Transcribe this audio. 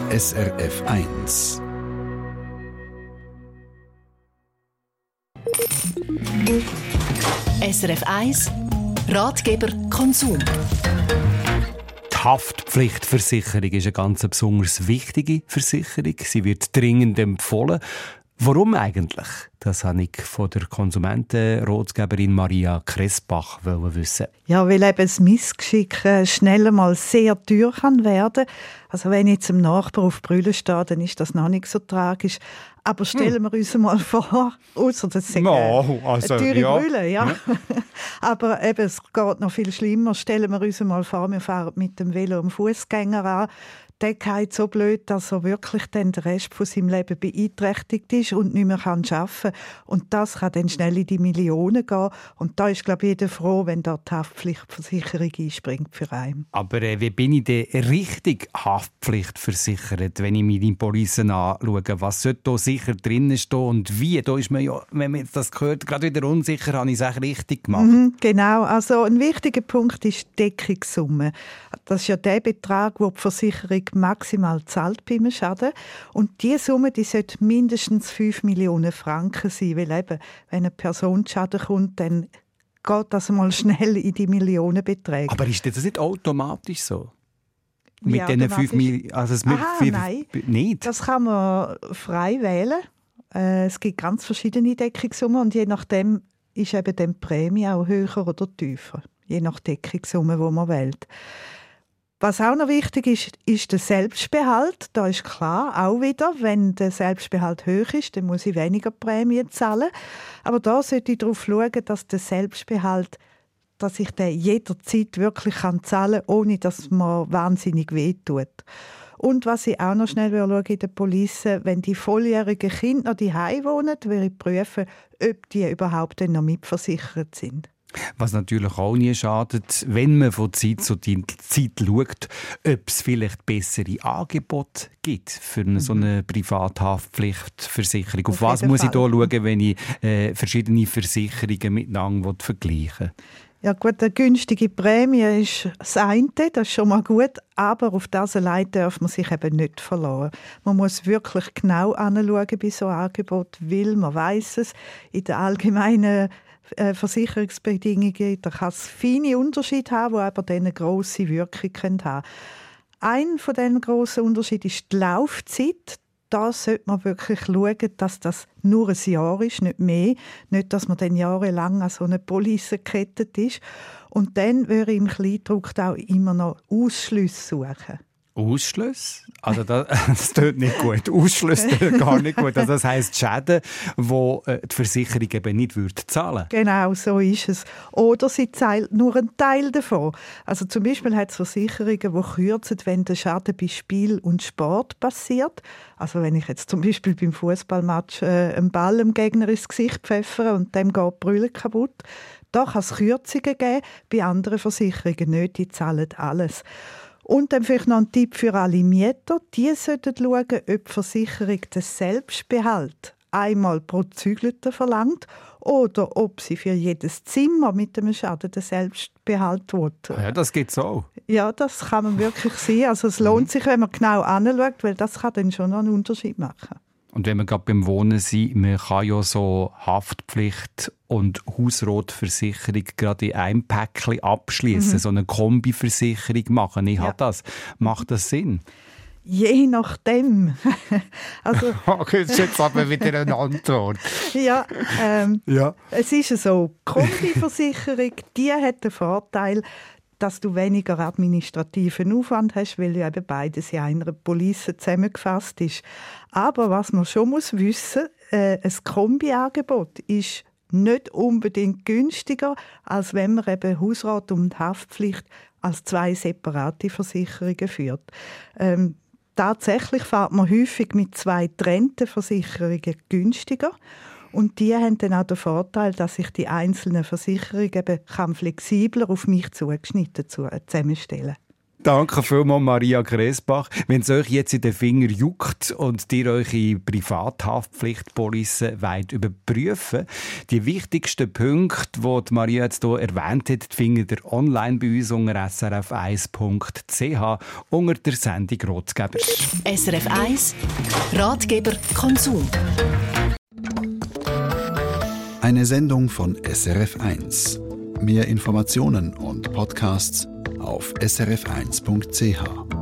SRF 1. SRF 1 Ratgeber Konsum. Die Haftpflichtversicherung ist eine ganz besonders wichtige Versicherung. Sie wird dringend empfohlen. Warum eigentlich? Das wollte ich von der Konsumentenratgeberin Maria Kressbach wissen. Ja, weil eben das Missgeschick schneller mal sehr teuer kann werden. Also wenn jetzt im Nachbar auf die Brille steht, dann ist das noch nicht so tragisch. Aber stellen wir uns mal vor, ausser das ist eine teure Brille, ja. Aber eben, es geht noch viel schlimmer. Stellen wir uns mal vor, wir fahren mit dem Velo am Fußgänger an. Der geht so blöd, dass er wirklich dann den Rest von seinem Leben beeinträchtigt ist und nicht mehr arbeiten kann. Und das kann dann schnell in die Millionen gehen. Und da ist, glaube ich, jeder froh, wenn da die Haftpflichtversicherung einspringt für einen. Aber wie bin ich denn richtig haftpflichtversichert, wenn ich mir die Police anschaue? Was sollte da sicher drinnen stehen und wie? Da ist man ja, wenn man das hört, gerade wieder unsicher, habe ich es auch richtig gemacht. Genau, also ein wichtiger Punkt ist die Deckungssumme. Das ist ja der Betrag, den die Versicherung maximal zahlt bei einem Schaden. Und diese Summe die sollte mindestens 5 Millionen Franken sein, weil eben, wenn eine Person zu Schaden kommt, dann geht das mal schnell in die Millionenbeträge. Aber ist das nicht automatisch so? Mit diesen 5 Millionen? Also nein. Nicht? Das kann man frei wählen. Es gibt ganz verschiedene Deckungssummen und je nachdem ist eben die Prämie auch höher oder tiefer. Je nach Deckungssumme, die man wählt. Was auch noch wichtig ist, ist der Selbstbehalt. Da ist klar, auch wieder, wenn der Selbstbehalt hoch ist, dann muss ich weniger Prämie zahlen. Aber da sollte ich darauf schauen, dass der Selbstbehalt, dass ich den jederzeit wirklich zahlen kann, ohne dass man wahnsinnig wehtut. Und was ich auch noch schnell schaue in der Police, wenn die volljährigen Kinder noch daheim wohnen, will ich prüfen, ob die überhaupt noch mitversichert sind. Was natürlich auch nie schadet, wenn man von Zeit zu Zeit schaut, ob es vielleicht bessere Angebote gibt für so eine Privathaftpflichtversicherung. Auf was muss ich da schauen, wenn ich verschiedene Versicherungen miteinander vergleichen will? Ja gut, eine günstige Prämie ist das eine, das ist schon mal gut, aber auf das allein darf man sich eben nicht verlassen. Man muss wirklich genau anschauen bei so einem Angebot, weil man weiss es, in der allgemeinen Versicherungsbedingungen, da kann es feine Unterschiede haben, die aber dann eine grosse Wirkung haben können. Ein von diesen grossen Unterschieden ist die Laufzeit. Da sollte man wirklich schauen, dass das nur ein Jahr ist, nicht mehr. Nicht, dass man dann jahrelang an so eine Police gekettet ist. Und dann würde ich im Kleindruck auch immer noch Ausschlüsse suchen. Ausschluss? Also das tut nicht gut. Ausschluss tut gar nicht gut. Also das heisst Schäden, die die Versicherung eben nicht zahlen würde. Genau, so ist es. Oder sie zahlt nur einen Teil davon. Also zum Beispiel hat es Versicherungen, die kürzen, wenn der Schaden bei Spiel und Sport passiert. Also wenn ich jetzt zum Beispiel beim Fußballmatch einen Ball dem Gegner ins Gesicht pfeffere und dem geht die Brille kaputt. Da kann es Kürzungen geben, bei anderen Versicherungen nicht, die zahlen alles. Und dann vielleicht noch ein Tipp für alle Mieter. Die sollten schauen, ob die Versicherung den Selbstbehalt einmal pro Zügelter verlangt oder ob sie für jedes Zimmer mit dem Schaden den Selbstbehalt will. Ja, das geht so. Ja, das kann man wirklich sehen. Also es lohnt sich, wenn man genau anschaut, weil das kann dann schon noch einen Unterschied machen. Und wenn wir gerade beim Wohnen sind, man kann ja so Haftpflicht und Hausratversicherung gerade in einem Päckchen abschließen, so eine Kombiversicherung machen. Ich habe das. Macht das Sinn? Je nachdem. Also, okay, das ist jetzt aber wieder eine Antwort. Ja, ja, es ist so, die Kombiversicherung, die hat den Vorteil, dass du weniger administrativen Aufwand hast, weil ja eben beides in einer Police zusammengefasst ist. Aber was man schon wissen muss, ein Kombi-Angebot ist nicht unbedingt günstiger, als wenn man eben Hausrat und Haftpflicht als 2 separate Versicherungen führt. Tatsächlich fährt man häufig mit 2 getrennten Versicherungen günstiger. Und die haben dann auch den Vorteil, dass sich die einzelnen Versicherungen eben flexibler auf mich zugeschnitten zusammenstellen kann. Danke vielmals, Maria Gräsbach. Wenn es euch jetzt in den Finger juckt und ihr eure Privathaftpflichtpolice wollt überprüfen, die wichtigsten Punkte, die Maria jetzt hier erwähnt hat, findet ihr online bei uns unter srf1.ch unter der Sendung Ratgeber. SRF 1 Ratgeber Konsum. Eine Sendung von SRF 1. Mehr Informationen und Podcasts auf srf1.ch.